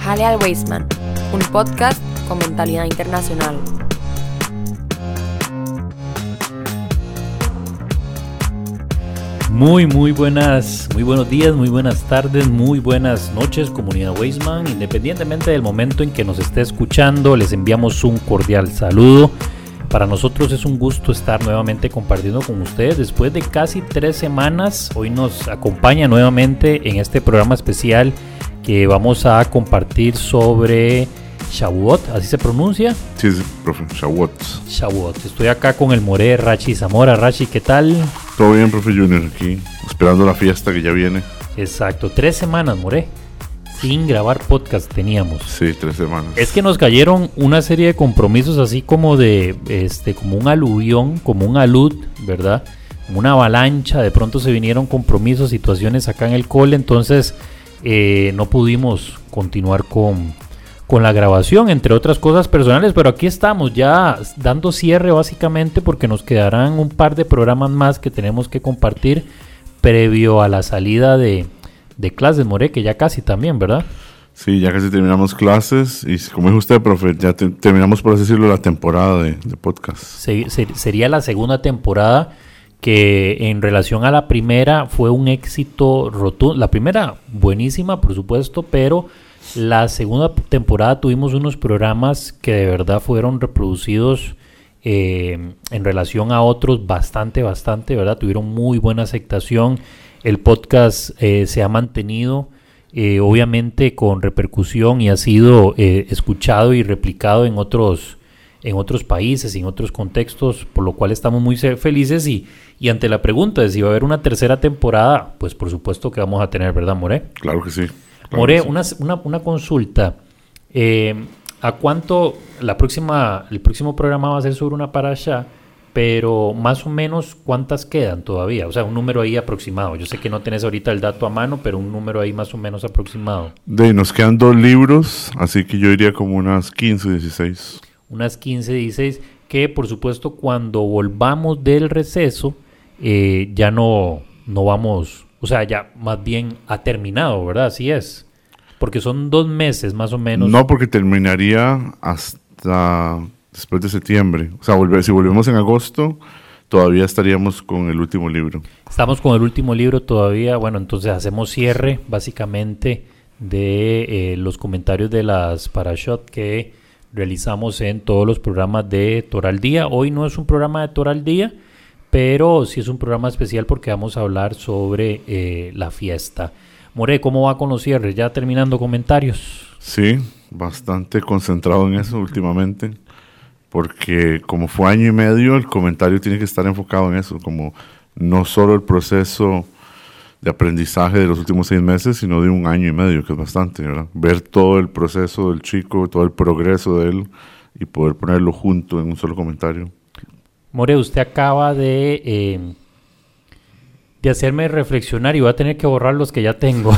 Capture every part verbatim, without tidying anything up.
Jale al Weisman, un podcast con mentalidad internacional. Muy, muy buenas, muy buenos días, muy buenas tardes, muy buenas noches, comunidad Weisman. Independientemente del momento en que nos esté escuchando, les enviamos un cordial saludo. Para nosotros es un gusto estar nuevamente compartiendo con ustedes después de casi tres semanas. Hoy nos acompaña nuevamente en este programa especial que vamos a compartir sobre Shavuot, ¿así se pronuncia? Sí, sí, profe, Shavuot. Shavuot. Estoy acá con el More Rachi Zamora. Rachi, ¿qué tal? Todo bien, profe Junior, aquí, esperando la fiesta que ya viene. Exacto, tres semanas, More. Sin grabar podcast teníamos. Sí, tres semanas. Es que nos cayeron una serie de compromisos así como de, este, como un aluvión, como un alud, ¿verdad? Como una avalancha, de pronto se vinieron compromisos, situaciones acá en el cole, entonces eh, no pudimos continuar con, con la grabación, entre otras cosas personales, pero aquí estamos ya dando cierre básicamente porque nos quedarán un par de programas más que tenemos que compartir previo a la salida de... de clases, More, que ya casi también, ¿verdad? Sí, ya casi terminamos clases y como dijo usted, profe, ya te, terminamos, por así decirlo, la temporada de, de podcast. Se, se, sería la segunda temporada que en relación a la primera fue un éxito rotundo. La primera buenísima, por supuesto, pero la segunda temporada tuvimos unos programas que de verdad fueron reproducidos eh, en relación a otros bastante, bastante, ¿verdad? Tuvieron muy buena aceptación. El podcast eh, se ha mantenido eh, obviamente con repercusión y ha sido eh, escuchado y replicado en otros, en otros países y en otros contextos, por lo cual estamos muy felices y, y ante la pregunta de si va a haber una tercera temporada, pues por supuesto que vamos a tener, ¿verdad, More? Claro que sí. Claro More, que sí. Una, una, una consulta. Eh, ¿A cuánto la próxima, el próximo programa va a ser sobre una parasha? Pero más o menos, ¿cuántas quedan todavía? O sea, un número ahí aproximado. Yo sé que no tenés ahorita el dato a mano, pero un número ahí más o menos aproximado. De nos quedan dos libros, así que yo diría como unas quince, dieciséis. Unas quince, dieciséis, que por supuesto cuando volvamos del receso, eh, ya no, no vamos, o sea, ya más bien ha terminado, ¿verdad? Así es. Porque son dos meses más o menos. No, porque terminaría hasta... después de septiembre, o sea, volver, si volvemos en agosto, todavía estaríamos con el último libro. Estamos con el último libro todavía, bueno, entonces hacemos cierre básicamente de eh, los comentarios de las Parashot que realizamos en todos los programas de Torah al Día. Hoy no es un programa de Torah al Día, pero sí es un programa especial porque vamos a hablar sobre eh, la fiesta. More, ¿cómo va con los cierres? Ya terminando comentarios. Sí, bastante concentrado en eso últimamente. Porque como fue año y medio, el comentario tiene que estar enfocado en eso, como no solo el proceso de aprendizaje de los últimos seis meses, sino de un año y medio, que es bastante, ¿verdad? Ver todo el proceso del chico, todo el progreso de él y poder ponerlo junto en un solo comentario. More, usted acaba de, eh, de hacerme reflexionar y voy a tener que borrar los que ya tengo.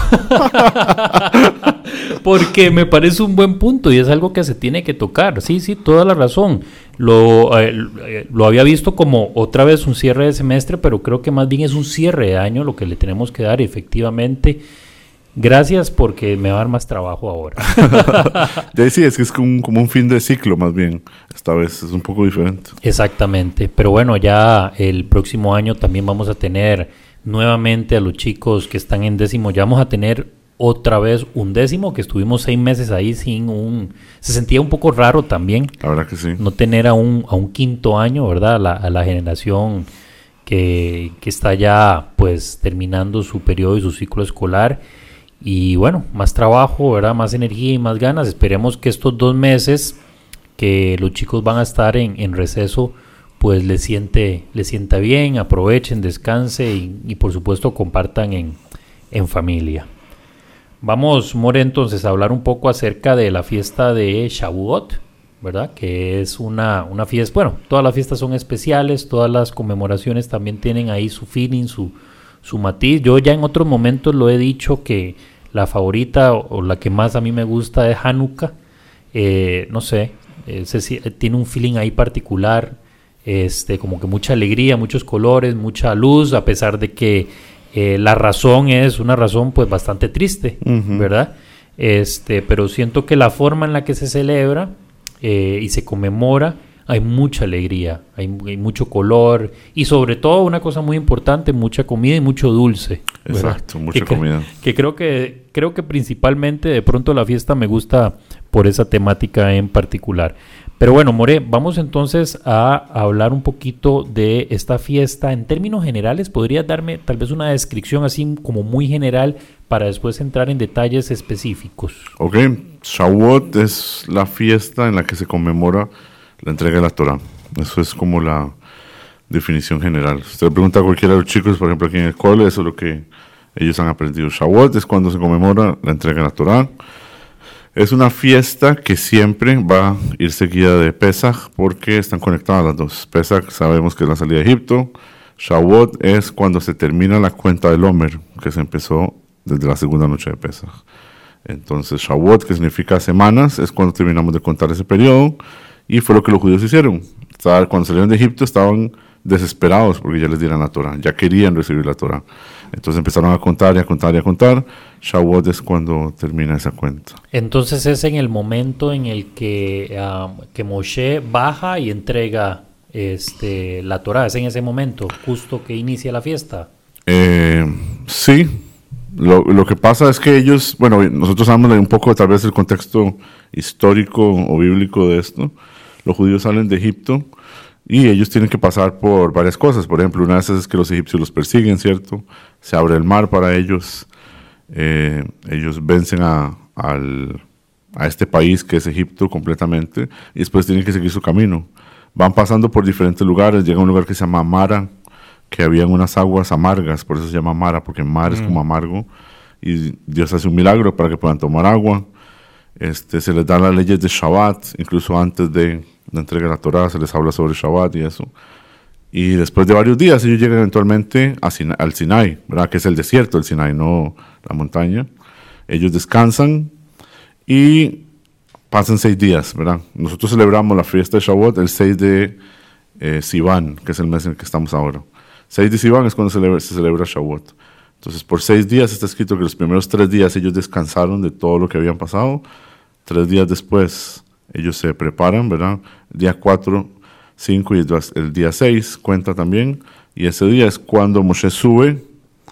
Porque me parece un buen punto y es algo que se tiene que tocar. Sí, sí, toda la razón. Lo, eh, lo había visto como otra vez un cierre de semestre, pero creo que más bien es un cierre de año lo que le tenemos que dar. Efectivamente, gracias porque me va a dar más trabajo ahora. De sí, es que es como un, como un fin de ciclo más bien. Esta vez es un poco diferente. Exactamente. Pero bueno, ya el próximo año también vamos a tener nuevamente a los chicos que están en décimo. Ya vamos a tener otra vez un décimo, que estuvimos seis meses ahí sin un... Se sentía un poco raro también. La verdad que sí. No tener a un, a un quinto año, ¿verdad? A la, a la generación que, que está ya pues terminando su periodo y su ciclo escolar. Y bueno, más trabajo, ¿verdad? Más energía y más ganas. Esperemos que estos dos meses que los chicos van a estar en, en receso, pues les siente, les sienta bien, aprovechen, descansen y, y por supuesto compartan en, en familia. Vamos, More, entonces a hablar un poco acerca de la fiesta de Shavuot, ¿verdad? Que es una, una fiesta, bueno, todas las fiestas son especiales, todas las conmemoraciones también tienen ahí su feeling, su, su matiz. Yo ya en otros momentos lo he dicho que la favorita o, o la que más a mí me gusta es Hanukkah. Eh, no sé, eh, se, tiene un feeling ahí particular, este, como que mucha alegría, muchos colores, mucha luz, a pesar de que Eh, la razón es una razón pues bastante triste, uh-huh. ¿verdad? Este, pero siento que la forma en la que se celebra eh, y se conmemora, hay mucha alegría, hay, hay mucho color y sobre todo una cosa muy importante, mucha comida y mucho dulce. Exacto, ¿verdad? mucha que, comida. Que creo que creo que principalmente de pronto la fiesta me gusta por esa temática en particular. Pero bueno, More, vamos entonces a hablar un poquito de esta fiesta. En términos generales, ¿podrías darme tal vez una descripción así como muy general para después entrar en detalles específicos? Ok, Shavuot es la fiesta en la que se conmemora la entrega de la Torah. Eso es como la definición general. Usted le pregunta a cualquiera de los chicos, por ejemplo aquí en el cole, eso es lo que ellos han aprendido. Shavuot es cuando se conmemora la entrega de la Torah. Es una fiesta que siempre va a ir seguida de Pesach porque están conectadas las dos. Pesach sabemos que es la salida de Egipto. Shavuot es cuando se termina la cuenta del Omer, que se empezó desde la segunda noche de Pesach. Entonces Shavuot, que significa semanas, es cuando terminamos de contar ese periodo. Y fue lo que los judíos hicieron. Cuando salieron de Egipto estaban desesperados porque ya les dieran la Torah, ya querían recibir la Torah. Entonces empezaron a contar y a contar y a contar. Shavuot es cuando termina esa cuenta. Entonces es en el momento en el que, uh, que Moshe baja y entrega este, la Torah. Es en ese momento, justo que inicia la fiesta. Eh, sí. Lo, lo que pasa es que ellos, bueno, nosotros sabemos un poco tal vez el contexto histórico o bíblico de esto. Los judíos salen de Egipto y ellos tienen que pasar por varias cosas. Por ejemplo, una de esas es que los egipcios los persiguen, ¿cierto? Se abre el mar para ellos. Eh, ellos vencen a, al, a este país que es Egipto completamente y después tienen que seguir su camino. Van pasando por diferentes lugares, llegan a un lugar que se llama Mara, que habían unas aguas amargas, por eso se llama Mara, porque mar es mm. como amargo, y Dios hace un milagro para que puedan tomar agua. Este, se les dan las leyes de Shabbat, incluso antes de la entrega de la Torah se les habla sobre Shabbat y eso. Y después de varios días ellos llegan eventualmente a Sina, al Sinai, ¿verdad? Que es el desierto, el Sinai, no la montaña. Ellos descansan y pasan seis días, ¿verdad? Nosotros celebramos la fiesta de Shavuot el seis de eh, Sivan, que es el mes en el que estamos ahora. seis de Sivan es cuando se celebra, se celebra Shavuot. Entonces, por seis días está escrito que los primeros tres días ellos descansaron de todo lo que habían pasado. Tres días después ellos se preparan, ¿verdad? Día cuatro, cinco y el día seis cuenta también. Y ese día es cuando Moshe sube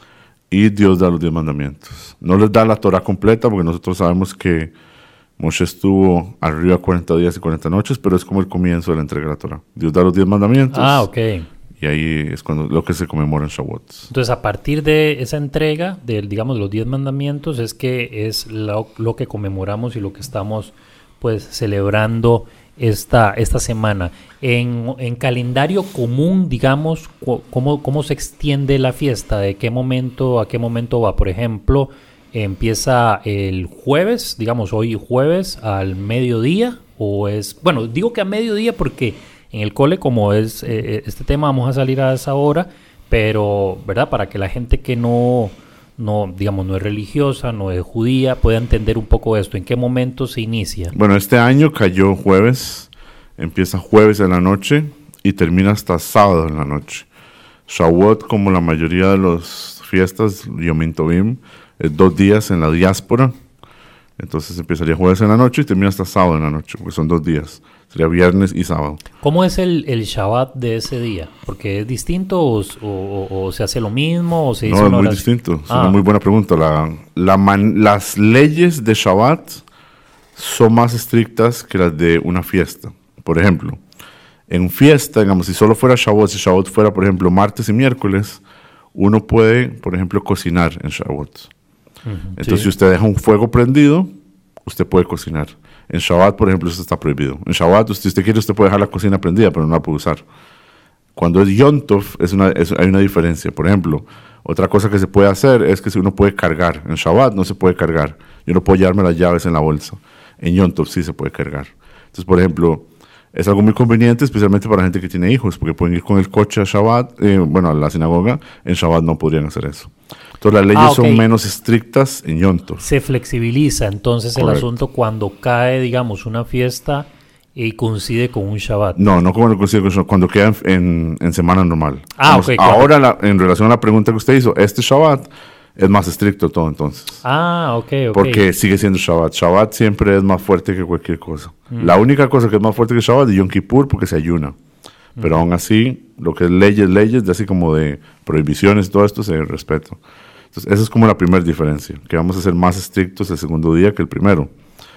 y Dios da los diez mandamientos. No les da la Torah completa porque nosotros sabemos que Moshe estuvo arriba cuarenta días y cuarenta noches, pero es como el comienzo de la entrega de la Torah. Dios da los diez mandamientos. Ah, ok. Y ahí es cuando lo que se conmemora en Shavuot. Entonces, a partir de esa entrega, de, digamos, los diez mandamientos, es que es lo, lo que conmemoramos y lo que estamos, pues, celebrando esta, esta semana. En, en calendario común, digamos, cu- ¿cómo, ¿cómo se extiende la fiesta? ¿De qué momento a qué momento va? Por ejemplo, ¿empieza el jueves, digamos, hoy jueves, al mediodía? ¿O es, bueno, digo que a mediodía porque en el cole, como es eh, este tema, vamos a salir a esa hora, pero, ¿verdad? Para que la gente que no, no, digamos, no es religiosa, no es judía, pueda entender un poco esto. ¿En qué momento se inicia? Bueno, este año cayó jueves, empieza jueves en la noche y termina hasta sábado en la noche. Shavuot, como la mayoría de las fiestas, Yom Tovim, es dos días en la diáspora. Entonces empezaría jueves en la noche y termina hasta sábado en la noche, porque son dos días. Sería viernes y sábado. ¿Cómo es el, el Shabbat de ese día? ¿Porque es distinto o, o, o se hace lo mismo? O se dice no, es muy oración? distinto. Es ah. una muy buena pregunta. La, la man, las leyes de Shabbat son más estrictas que las de una fiesta. Por ejemplo, en fiesta, digamos, si solo fuera Shavuot, si Shavuot fuera, por ejemplo, martes y miércoles, uno puede, por ejemplo, cocinar en Shavuot. Uh-huh, Entonces, sí. Si usted deja un fuego prendido, usted puede cocinar. En Shabbat, por ejemplo, eso está prohibido. En Shabbat, si usted quiere, usted puede dejar la cocina prendida, pero no la puede usar. Cuando es Yom Tov, es una, es, hay una diferencia. Por ejemplo, otra cosa que se puede hacer es que si uno puede cargar. En Shabbat no se puede cargar. Yo no puedo llevarme las llaves en la bolsa. En Yom Tov sí se puede cargar. Entonces, por ejemplo, es algo muy conveniente, especialmente para la gente que tiene hijos, porque pueden ir con el coche a Shabbat, eh, bueno, a la sinagoga. En Shabbat no podrían hacer eso. Entonces las leyes ah, okay. son menos estrictas en Yom Tov. Se flexibiliza entonces Correcto. El asunto cuando cae, digamos, una fiesta y coincide con un Shabbat. No, no cuando coincide con cuando queda en, en, en semana normal. Ah, Vamos, okay, ahora, la, en relación a la pregunta que usted hizo, este Shabbat es más estricto todo entonces. Ah, ok, ok. Porque sigue siendo Shabbat. Shabbat siempre es más fuerte que cualquier cosa. Mm. La única cosa que es más fuerte que Shabbat es Yom Kippur porque se ayuna. Mm. Pero aún así, lo que es leyes, leyes, de así como de prohibiciones y todo esto, se respeta. Entonces, esa es como la primera diferencia, que vamos a ser más estrictos el segundo día que el primero.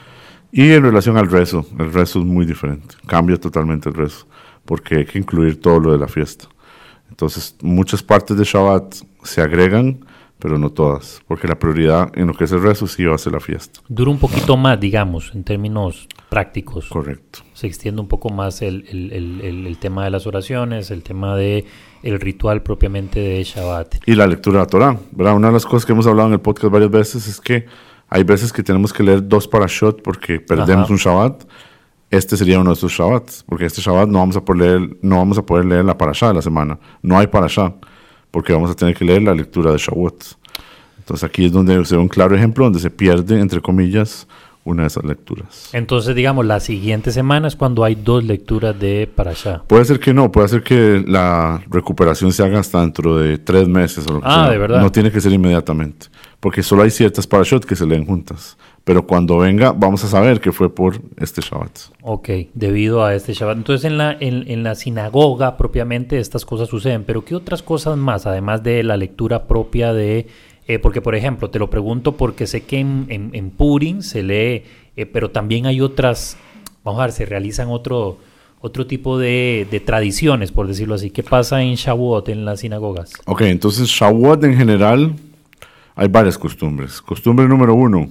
Y en relación al rezo, el rezo es muy diferente, cambia totalmente el rezo, porque hay que incluir todo lo de la fiesta. Entonces, muchas partes de Shabbat se agregan, pero no todas, porque la prioridad en lo que es el rezo sí va a ser la fiesta. Dura un poquito más, digamos, en términos prácticos. Correcto. Se extiende un poco más el, el, el, el, el tema de las oraciones, el tema de el ritual propiamente de Shabbat. Y la lectura de la Torah, ¿verdad? Una de las cosas que hemos hablado en el podcast varias veces es que hay veces que tenemos que leer dos parashot porque perdemos Ajá. un Shabbat. Este sería uno de esos Shabbats, porque este Shabbat no vamos a poder leer, no vamos a poder leer la parashá de la semana. No hay parashá, porque vamos a tener que leer la lectura de Shavuot. Entonces aquí es donde se ve un claro ejemplo donde se pierde, entre comillas, una de esas lecturas. Entonces, digamos, la siguiente semana es cuando hay dos lecturas de Parashá. Puede ser que no, puede ser que la recuperación se haga hasta dentro de tres meses o lo que ah, sea. ¿de verdad? No tiene que ser inmediatamente, porque solo hay ciertas Parashot que se leen juntas. Pero cuando venga, vamos a saber que fue por este Shabbat. Ok, debido a este Shabbat. Entonces, en la, en, en la sinagoga propiamente estas cosas suceden. Pero, ¿qué otras cosas más, además de la lectura propia de... Eh, porque, por ejemplo, te lo pregunto porque sé que en, en, en Purim se lee, eh, pero también hay otras... Vamos a ver, se realizan otro, otro tipo de, de tradiciones, por decirlo así. ¿Qué pasa en Shavuot, en las sinagogas? Ok, entonces Shavuot en general hay varias costumbres. Costumbre número uno...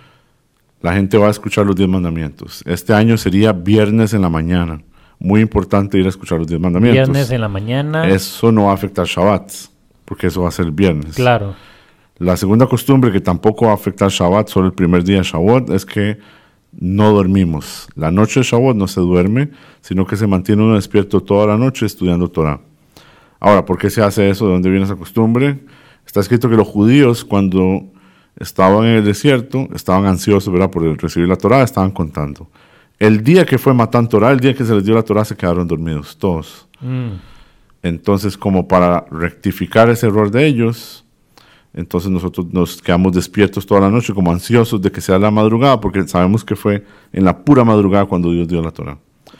La gente va a escuchar los diez mandamientos. Este año sería viernes en la mañana. Muy importante ir a escuchar los diez mandamientos. Viernes en la mañana. Eso no va a afectar Shabbat, porque eso va a ser viernes. Claro. La segunda costumbre que tampoco va a afectar Shabbat, solo el primer día de Shabbat, es que no dormimos. La noche de Shabbat no se duerme, sino que se mantiene uno despierto toda la noche estudiando Torah. Ahora, ¿por qué se hace eso? ¿De dónde viene esa costumbre? Está escrito que los judíos, cuando estaban en el desierto, estaban ansiosos, ¿verdad?, por recibir la Torah, estaban contando. El día que fue Matán Torah, el día que se les dio la Torah, se quedaron dormidos, todos. Mm. Entonces, como para rectificar ese error de ellos, entonces nosotros nos quedamos despiertos toda la noche, como ansiosos de que sea la madrugada, porque sabemos que fue en la pura madrugada cuando Dios dio la Torah.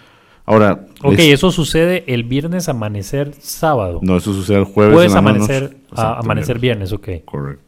Ahora, ok, es, eso sucede el viernes amanecer sábado. No, eso sucede el jueves. Puedes en la amanecer, noche. A, amanecer viernes, ok. Correcto.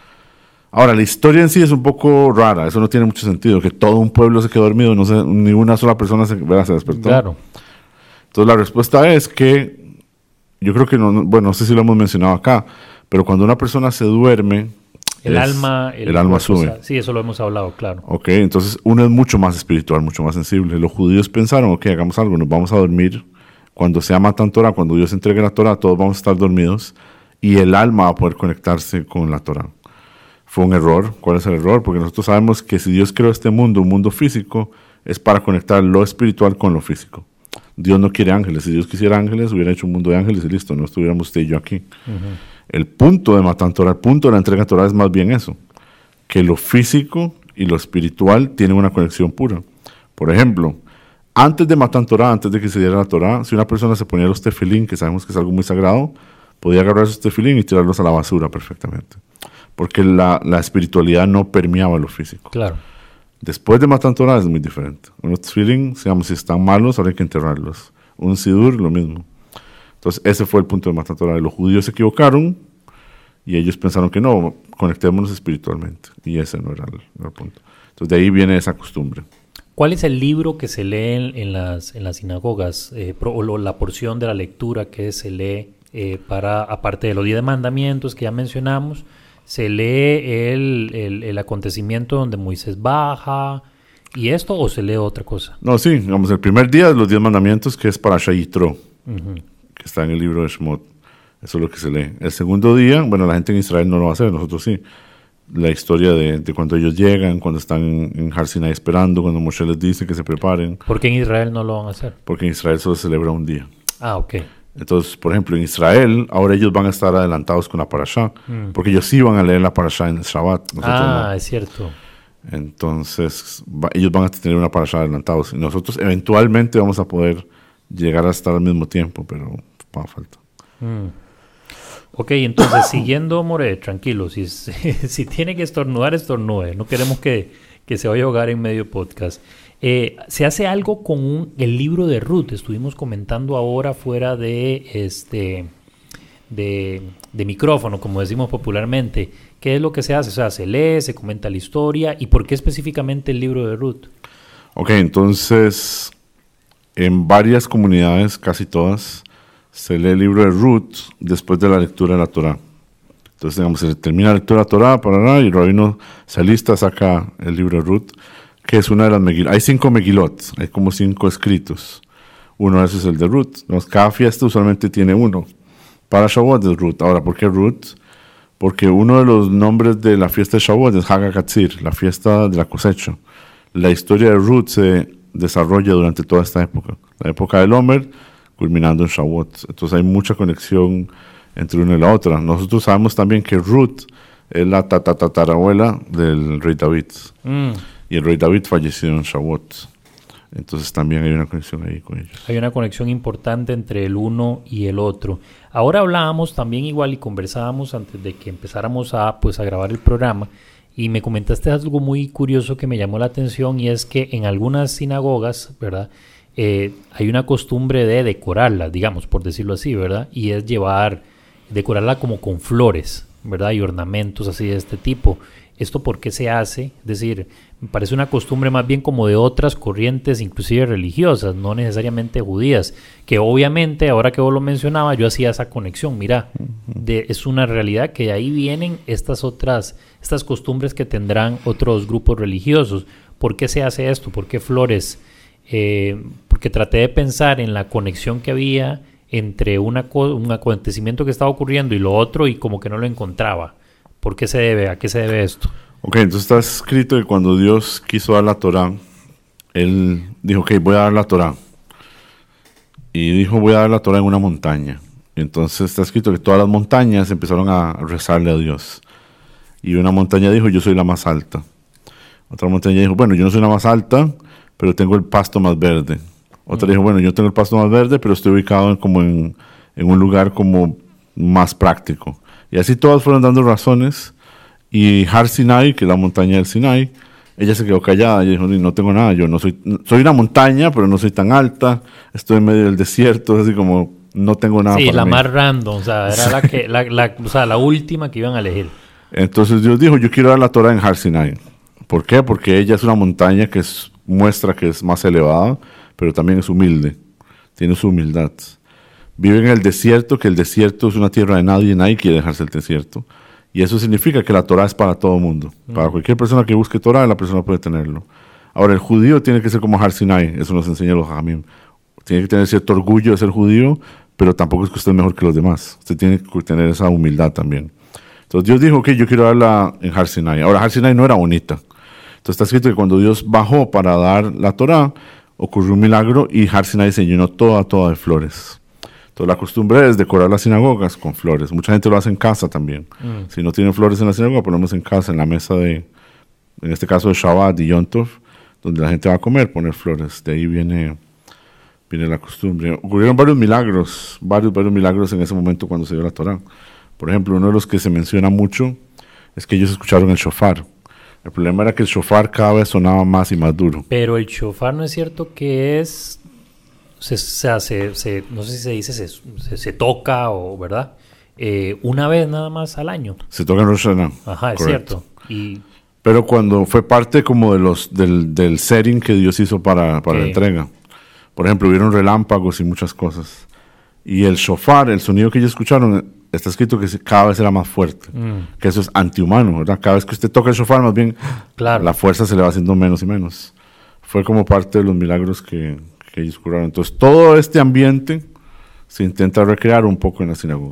Ahora, la historia en sí es un poco rara, eso no tiene mucho sentido, que todo un pueblo se quedó dormido, no se, ni una sola persona se, ¿verdad?, se despertó. Claro. Entonces la respuesta es que, yo creo que, no, bueno, no sé si lo hemos mencionado acá, pero cuando una persona se duerme, el es, alma, el, el alma sube. Sea, sí, eso lo hemos hablado, claro. Ok, entonces uno es mucho más espiritual, mucho más sensible. Los judíos pensaron, ok, hagamos algo, nos vamos a dormir, cuando sea Matan Torah, cuando Dios entregue la Torah, todos vamos a estar dormidos, y el alma va a poder conectarse con la Torah. Fue un error. ¿Cuál es el error? Porque nosotros sabemos que si Dios creó este mundo, un mundo físico, es para conectar lo espiritual con lo físico. Dios no quiere ángeles. Si Dios quisiera ángeles, hubiera hecho un mundo de ángeles y listo, no estuviéramos usted y yo aquí. Uh-huh. El punto de Matan Torah, el punto de la entrega de Torah es más bien eso, que lo físico y lo espiritual tienen una conexión pura. Por ejemplo, antes de Matan Torah, antes de que se diera la Torah, si una persona se ponía los tefilín, que sabemos que es algo muy sagrado, podía agarrar esos tefilín y tirarlos a la basura perfectamente. Porque la, la espiritualidad no permeaba lo físico. Claro. Después de Matan Torah es muy diferente. Unos tefilín, digamos, si están malos, ahora hay que enterrarlos. Un sidur, lo mismo. Entonces, ese fue el punto de Matan Torah. Los judíos se equivocaron y ellos pensaron que no, conectémonos espiritualmente. Y ese no era el, no era el punto. Entonces, de ahí viene esa costumbre. ¿Cuál es el libro que se lee en, en, las, en las sinagogas? Eh, pro, o la porción de la lectura que se lee eh, para, aparte de los diez mandamientos que ya mencionamos, ¿se lee el, el, el acontecimiento donde Moisés baja y esto o se lee otra cosa? No, sí, digamos, el primer día de los diez mandamientos, que es para Yitro, uh-huh. que está en el libro de Shemot. Eso es lo que se lee. El segundo día, bueno, la gente en Israel no lo va a hacer, nosotros sí. La historia de, de cuando ellos llegan, cuando están en Har Sinai esperando, cuando Moshe les dice que se preparen. ¿Por qué en Israel no lo van a hacer? Porque en Israel solo se celebra un día. Ah, ok. Entonces, por ejemplo, en Israel, ahora ellos van a estar adelantados con la parashá, mm. porque ellos sí van a leer la parashá en el Shabbat. Ah, no. Es cierto. Entonces, va, ellos van a tener una parashá adelantados. Y nosotros eventualmente vamos a poder llegar a estar al mismo tiempo, pero va a falta. Mm. Ok, entonces, siguiendo, More, tranquilo, si, si tiene que estornudar, estornude. No queremos que, que se vaya a ahogar en medio podcast. Eh, se hace algo con un, el libro de Ruth. Estuvimos comentando ahora fuera de, este, de, de micrófono, como decimos popularmente. ¿Qué es lo que se hace? O sea, se lee, se comenta la historia. ¿Y por qué específicamente el libro de Ruth? Ok, entonces, en varias comunidades, casi todas, se lee el libro de Ruth después de la lectura de la Torá. Entonces, digamos, se termina la lectura de la Torá, para, y el rabino se alista, saca el libro de Ruth, que es una de las Megilot. Hay cinco Megilot, hay como cinco escritos. Uno de esos es el de Ruth. Cada fiesta usualmente tiene uno. Para Shavuot es Ruth. Ahora, ¿por qué Ruth? Porque uno de los nombres de la fiesta de Shavuot es Hag HaKatzir, la fiesta de la cosecha. La historia de Ruth se desarrolla durante toda esta época. La época del Omer, culminando en Shavuot. Entonces hay mucha conexión entre una y la otra. Nosotros sabemos también que Ruth es la tatarabuela del rey David. Mm. Y el rey David falleció en Shavuot. Entonces también hay una conexión ahí con ellos. Hay una conexión importante entre el uno y el otro. Ahora hablábamos también igual y conversábamos antes de que empezáramos a, pues, a grabar el programa, y me comentaste algo muy curioso que me llamó la atención, y es que en algunas sinagogas, ¿verdad?, eh, hay una costumbre de decorarla, digamos, por decirlo así, ¿verdad? Y es llevar, decorarla como con flores, ¿verdad? Y ornamentos así de este tipo. ¿Esto por qué se hace? Es decir, me parece una costumbre más bien como de otras corrientes, inclusive religiosas, no necesariamente judías, que obviamente, ahora que vos lo mencionabas, yo hacía esa conexión. Mira, de, es una realidad que de ahí vienen estas otras, estas costumbres que tendrán otros grupos religiosos. ¿Por qué se hace esto? ¿Por qué flores? Eh, porque traté de pensar en la conexión que había entre una co- un acontecimiento que estaba ocurriendo y lo otro, y como que no lo encontraba. ¿Por qué se debe? ¿A qué se debe esto? Ok, entonces está escrito que cuando Dios quiso dar la Torá, Él dijo, ok, voy a dar la Torá. Y dijo, voy a dar la Torá en una montaña. Y entonces está escrito que todas las montañas empezaron a rezarle a Dios. Y una montaña dijo, yo soy la más alta. Otra montaña dijo, bueno, yo no soy la más alta, pero tengo el pasto más verde. Otra mm. dijo, bueno, yo tengo el pasto más verde, pero estoy ubicado en, como en, en un lugar como más práctico. Y así todas fueron dando razones. Y Har Sinai, que es la montaña del Sinai, ella se quedó callada. Ella dijo, no tengo nada, yo no soy, soy una montaña, pero no soy tan alta, estoy en medio del desierto, así como no tengo nada sí, para la mí. más random, o sea, era la, que, la, la, o sea, la última que iban a elegir. Entonces Dios dijo, yo quiero dar la Torá en Har Sinai. ¿Por qué? Porque ella es una montaña que es, muestra que es más elevada, pero también es humilde, tiene su humildad. Vive en el desierto, que el desierto es una tierra de nadie, nadie quiere dejarse el desierto. Y eso significa que la Torá es para todo el mundo. Mm. Para cualquier persona que busque Torá, la persona puede tenerlo. Ahora, el judío tiene que ser como Har Sinai, eso nos enseña los Jajamim. Tiene que tener cierto orgullo de ser judío, pero tampoco es que usted es mejor que los demás. Usted tiene que tener esa humildad también. Entonces Dios dijo, ok, yo quiero darla en Har Sinai. Ahora, Har Sinai no era bonita. Entonces está escrito que cuando Dios bajó para dar la Torá, ocurrió un milagro y Har Sinai se llenó toda, toda de flores. Entonces la costumbre es decorar las sinagogas con flores. Mucha gente lo hace en casa también. Mm. Si no tienen flores en la sinagoga, ponemos en casa, en la mesa de, en este caso de Shabbat y Yom Tov, donde la gente va a comer, poner flores. De ahí viene, viene la costumbre. Ocurrieron varios milagros, varios, varios milagros en ese momento cuando se dio la Torá. Por ejemplo, uno de los que se menciona mucho es que ellos escucharon el shofar. El problema era que el shofar cada vez sonaba más y más duro. Pero el shofar no es cierto que es... Se, se, se, se, no sé si se dice, se, se, se toca, o ¿verdad? Eh, una vez nada más al año. Se toca en Rosh Hashanah. Ajá, es correcto. cierto. Y... Pero cuando fue parte como de los del, del setting que Dios hizo para, para la entrega. Por ejemplo, hubieron relámpagos y muchas cosas. Y el shofar, el sonido que ellos escucharon, está escrito que cada vez era más fuerte. Mm. Que eso es antihumano, ¿verdad? Cada vez que usted toca el shofar, más bien, claro, la fuerza se le va haciendo menos y menos. Fue como parte de los milagros que... que ellos curaron. Entonces, todo este ambiente se intenta recrear un poco en la sinagoga.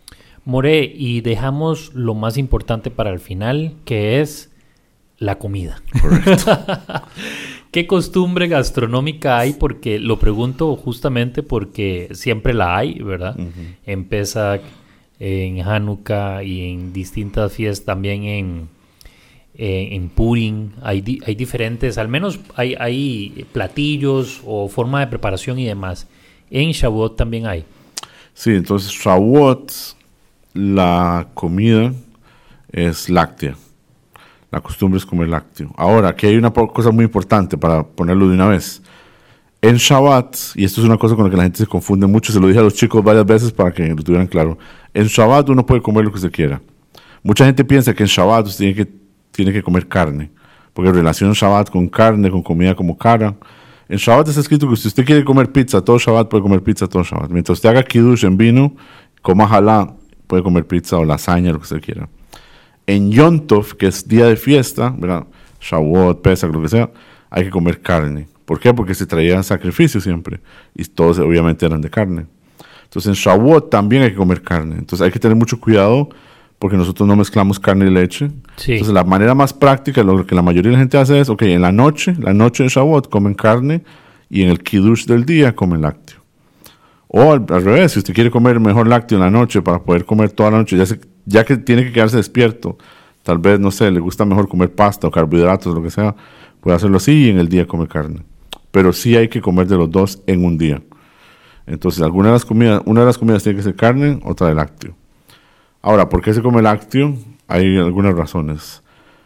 More, y dejamos lo más importante para el final, que es la comida. Correcto. ¿Qué costumbre gastronómica hay? Porque lo pregunto justamente porque siempre la hay, ¿verdad? Uh-huh. En Pesach, en Hanukkah y en distintas fiestas, también en... Eh, en Purim hay, di- hay diferentes, al menos hay, hay platillos o forma de preparación y demás. En Shavuot también hay. Sí, entonces Shavuot la comida es láctea. La costumbre es comer lácteo. Ahora, aquí hay una cosa muy importante para ponerlo de una vez. En Shabbat, y esto es una cosa con la que la gente se confunde mucho, se lo dije a los chicos varias veces para que lo tuvieran claro. En Shabbat uno puede comer lo que se quiera. Mucha gente piensa que en Shabbat usted tiene que, tiene que comer carne, porque relaciona Shabbat con carne, con comida como cara. En Shabbat está escrito que si usted quiere comer pizza todo Shabbat, puede comer pizza todo Shabbat. Mientras usted haga kiddush en vino, coma halá, puede comer pizza o lasaña, lo que usted quiera. En Yom Tov, que es día de fiesta, ¿verdad? Shavuot, Pesach, lo que sea, hay que comer carne. ¿Por qué? Porque se traían sacrificios siempre, y todos obviamente eran de carne. Entonces en Shavuot también hay que comer carne. Entonces hay que tener mucho cuidado, porque nosotros no mezclamos carne y leche. Sí. Entonces la manera más práctica, lo que la mayoría de la gente hace es, ok, en la noche, la noche de Shavuot comen carne, y en el kiddush del día comen lácteo. O al, al revés, si usted quiere comer mejor lácteo en la noche para poder comer toda la noche, ya, se, ya que tiene que quedarse despierto, tal vez, no sé, le gusta mejor comer pasta o carbohidratos, lo que sea, puede hacerlo así y en el día comer carne. Pero sí hay que comer de los dos en un día. Entonces, alguna de las comidas, una de las comidas tiene que ser carne, otra de lácteo. Ahora, ¿por qué se come lácteo? Hay algunas razones.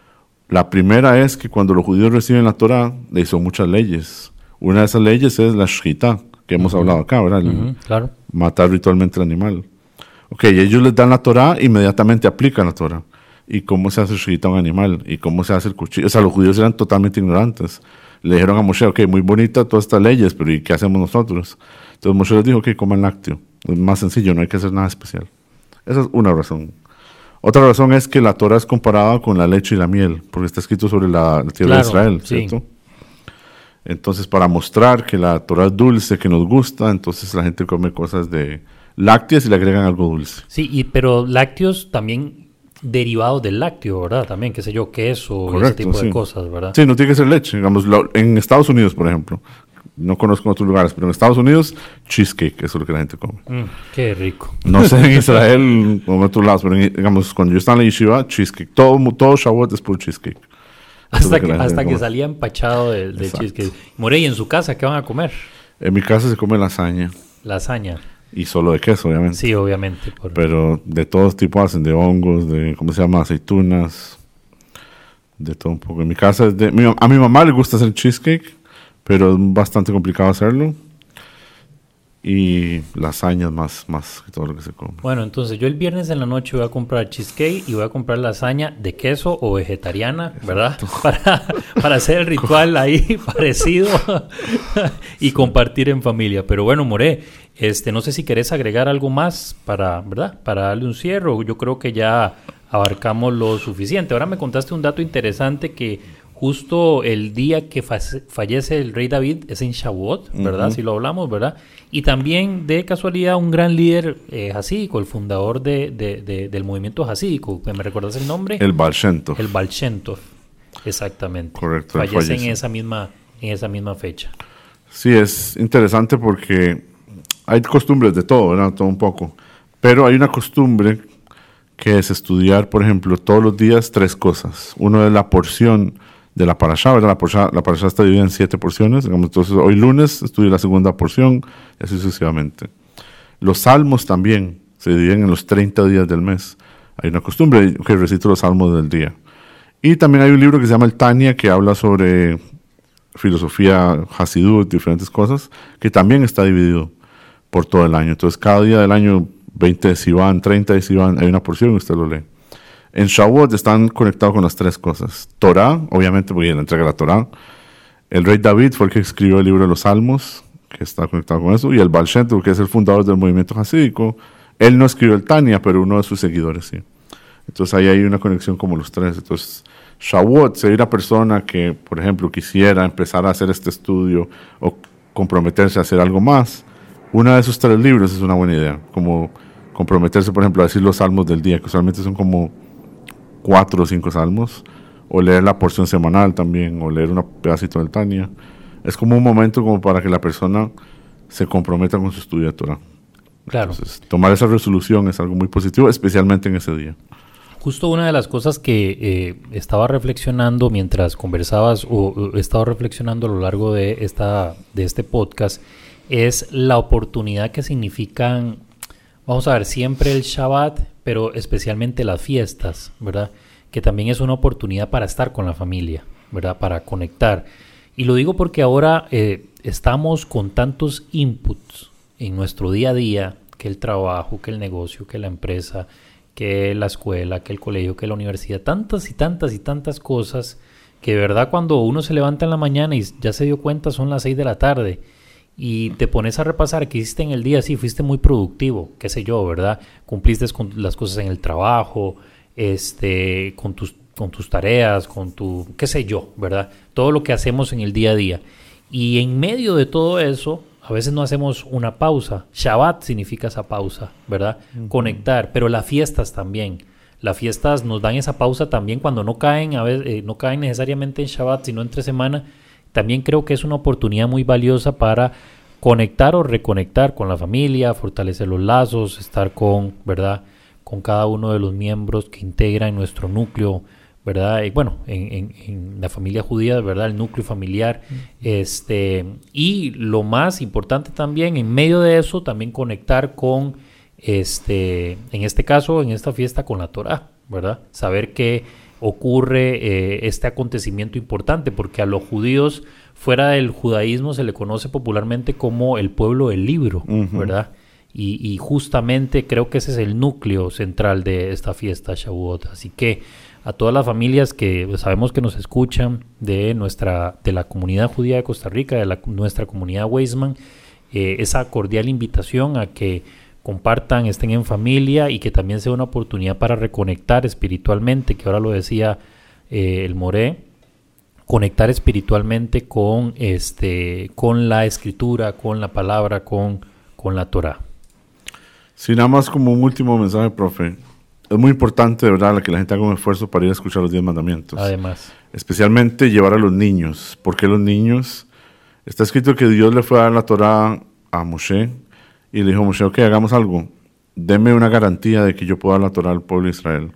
La primera es que cuando los judíos reciben la Torá, le hizo muchas leyes. Una de esas leyes es la shchita, que hemos uh-huh. hablado acá, ¿verdad? Uh-huh, claro. Matar ritualmente al animal. Ok, ellos les dan la Torá, inmediatamente aplican la Torá. ¿Y cómo se hace shchita a un animal? ¿Y cómo se hace el cuchillo? O sea, los judíos eran totalmente ignorantes. Le dijeron a Moshe, ok, muy bonita todas estas leyes, pero ¿y qué hacemos nosotros? Entonces Moshe les dijo, ok, coman lácteo. Es más sencillo, no hay que hacer nada especial. Esa es una razón. Otra razón es que la Torah es comparada con la leche y la miel, porque está escrito sobre la, la tierra claro, de Israel, ¿cierto? Sí. Entonces, para mostrar que la Torah es dulce, que nos gusta, entonces la gente come cosas de lácteas y le agregan algo dulce. Sí, y, pero lácteos también derivados del lácteo, ¿verdad? También, qué sé yo, queso, correcto, ese tipo sí. de cosas, ¿verdad? Sí, no tiene que ser leche. Digamos, lo, en Estados Unidos, por ejemplo, no conozco en otros lugares, pero en Estados Unidos, cheesecake, eso es lo que la gente come. Mm, qué rico. No sé en Israel o en otros lados, pero en, digamos, cuando yo estaba en la yeshiva, cheesecake. Todo, todo Shavuot es puro cheesecake. Hasta que, que, hasta que salía empachado del de cheesecake. Morey, ¿en su casa qué van a comer? En mi casa se come lasaña. Lasaña. Y solo de queso, obviamente. Sí, obviamente. Por... Pero de todos tipos hacen, de hongos, de, ¿cómo se llama? Aceitunas, de todo un poco. En mi casa, es de, mi, a mi mamá le gusta hacer cheesecake, pero es bastante complicado hacerlo. Y lasañas más, más que todo lo que se come. Bueno, entonces yo el viernes en la noche voy a comprar cheesecake y voy a comprar lasaña de queso o vegetariana, ¿verdad? Para, para hacer el ritual ahí parecido y compartir en familia. Pero bueno, More, este, no sé si querés agregar algo más para, ¿verdad? Para darle un cierre. Yo creo que ya abarcamos lo suficiente. Ahora me contaste un dato interesante que justo el día que fa- fallece el rey David es en Shavuot, ¿verdad? Uh-huh. Si lo hablamos, ¿verdad? Y también, de casualidad, un gran líder eh, hasídico, el fundador de, de, de, del movimiento hasídico. ¿Me recuerdas el nombre? El Baal Shem Tov. El Baal Shem Tov, exactamente. Correcto. Fallece, fallece en esa misma, en esa misma fecha. Sí, es interesante porque hay costumbres de todo, ¿verdad? Todo un poco. Pero hay una costumbre que es estudiar, por ejemplo, todos los días tres cosas. Uno es la porción de la parashá, ¿verdad? La parashá, la parashá está dividida en siete porciones. Digamos, entonces, hoy lunes estudio la segunda porción y así sucesivamente. Los salmos también se dividen en los treinta días del mes. Hay una costumbre que recito los salmos del día. Y también hay un libro que se llama el Tania, que habla sobre filosofía hasidut, diferentes cosas, que también está dividido por todo el año. Entonces, cada día del año, veinte de Sivan, treinta de Sivan, hay una porción y usted lo lee. En Shavuot están conectados con las tres cosas. Torah, obviamente, porque él entrega la Torah. El rey David fue el que escribió el libro de los Salmos, que está conectado con eso. Y el Baal Shem Tov, que es el fundador del movimiento hasídico. Él no escribió el Tania, pero uno de sus seguidores sí. Entonces ahí hay una conexión como los tres. Entonces Shavuot sería una persona que, por ejemplo, quisiera empezar a hacer este estudio o comprometerse a hacer algo más. Uno de esos tres libros es una buena idea. Como comprometerse, por ejemplo, a decir los salmos del día, que usualmente son como cuatro o cinco salmos, o leer la porción semanal también, o leer un pedacito del Tania. Es como un momento como para que la persona se comprometa con su estudio de Torah. Claro. Entonces, tomar esa resolución es algo muy positivo, especialmente en ese día. Justo una de las cosas que eh, estaba reflexionando mientras conversabas, o, o he estado reflexionando a lo largo de, esta, de este podcast, es la oportunidad que significan, vamos a ver, siempre el Shabbat, pero especialmente las fiestas, ¿verdad? Que también es una oportunidad para estar con la familia, ¿verdad? Para conectar. Y lo digo porque ahora eh, estamos con tantos inputs en nuestro día a día, que el trabajo, que el negocio, que la empresa, que la escuela, que el colegio, que la universidad, tantas y tantas y tantas cosas que de verdad cuando uno se levanta en la mañana y ya se dio cuenta son las seis de la tarde y te pones a repasar qué hiciste en el día, sí, fuiste muy productivo, qué sé yo, ¿verdad? Cumpliste con las cosas en el trabajo, este, con tus, con tus tareas, con tu, qué sé yo, ¿verdad? Todo lo que hacemos en el día a día. Y en medio de todo eso, a veces no hacemos una pausa. Shabbat significa esa pausa, ¿verdad? Uh-huh. Conectar, pero las fiestas también. Las fiestas nos dan esa pausa también cuando no caen, a veces, eh, no caen necesariamente en Shabbat, sino entre semana. También creo que es una oportunidad muy valiosa para conectar o reconectar con la familia, fortalecer los lazos, estar con, ¿verdad? Con cada uno de los miembros que integran nuestro núcleo, ¿verdad? Y bueno, en, en, en la familia judía, ¿verdad? El núcleo familiar. Uh-huh. este Y lo más importante también, en medio de eso, también conectar con, este en este caso, en esta fiesta, con la Torá, ¿verdad? Saber que ocurre eh, este acontecimiento importante, porque a los judíos, fuera del judaísmo, se le conoce popularmente como el pueblo del libro, uh-huh. ¿verdad? Y, y justamente creo que ese es el núcleo central de esta fiesta Shavuot. Así que a todas las familias que sabemos que nos escuchan de nuestra de la comunidad judía de Costa Rica, de la, nuestra comunidad Weizmann, eh, esa cordial invitación a que compartan, estén en familia y que también sea una oportunidad para reconectar espiritualmente, que ahora lo decía eh, el Moré, conectar espiritualmente con, este, con la escritura, con la palabra, con, con la Torá. Sí, nada más como un último mensaje, profe. Es muy importante, de verdad, que la gente haga un esfuerzo para ir a escuchar los diez mandamientos. Además. Especialmente llevar a los niños. Porque los niños, está escrito que Dios le fue a dar la Torá a Moshe y le dijo a Moshe, ok, hagamos algo. Deme una garantía de que yo pueda dar la Torá al pueblo de Israel.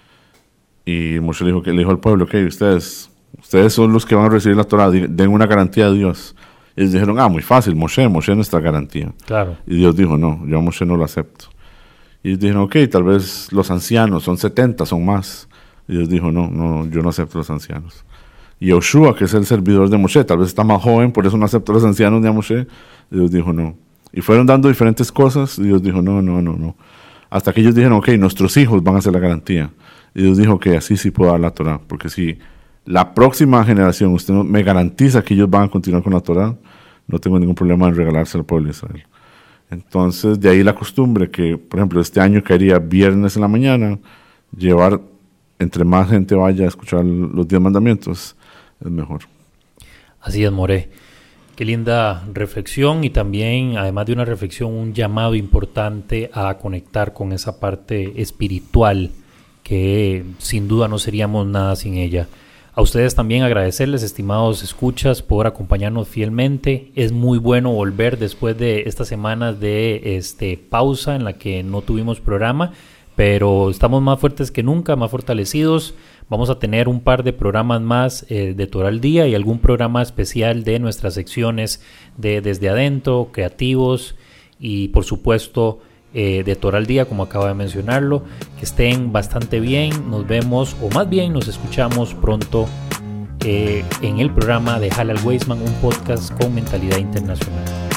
Y Moshe le dijo, que, le dijo al pueblo, ok, ustedes, ustedes son los que van a recibir la Torá, den una garantía a Dios. Y ellos dijeron, ah, muy fácil, Moshe, Moshe es nuestra garantía. Claro. Y Dios dijo, no, yo a Moshe no lo acepto. Y ellos dijeron, ok, tal vez los ancianos, son setenta, son más. Y Dios dijo, no, no, yo no acepto los ancianos. Y Yoshua, que es el servidor de Moshe, tal vez está más joven, por eso no aceptó los ancianos ni a Moshe. Y Dios dijo, no. Y fueron dando diferentes cosas, y Dios dijo, no, no, no, no. Hasta que ellos dijeron, ok, nuestros hijos van a hacer la garantía. Y Dios dijo que así sí puedo dar la Torá, porque si la próxima generación usted me garantiza que ellos van a continuar con la Torá, no tengo ningún problema en regalársela al pueblo de Israel. Entonces, de ahí la costumbre que, por ejemplo, este año caería viernes en la mañana, llevar, entre más gente vaya a escuchar los diez mandamientos, es mejor. Así es, Moré. Qué linda reflexión y también, además de una reflexión, un llamado importante a conectar con esa parte espiritual que sin duda no seríamos nada sin ella. A ustedes también agradecerles, estimados escuchas, por acompañarnos fielmente. Es muy bueno volver después de estas semanas de este, pausa en la que no tuvimos programa, pero estamos más fuertes que nunca, más fortalecidos. Vamos a tener un par de programas más eh, de Torá al Día y algún programa especial de nuestras secciones de Desde Adentro, Creativos y por supuesto eh, de Torá al Día, como acabo de mencionarlo. Que estén bastante bien, nos vemos o más bien nos escuchamos pronto eh, en el programa de Halal Weizmann, un podcast con mentalidad internacional.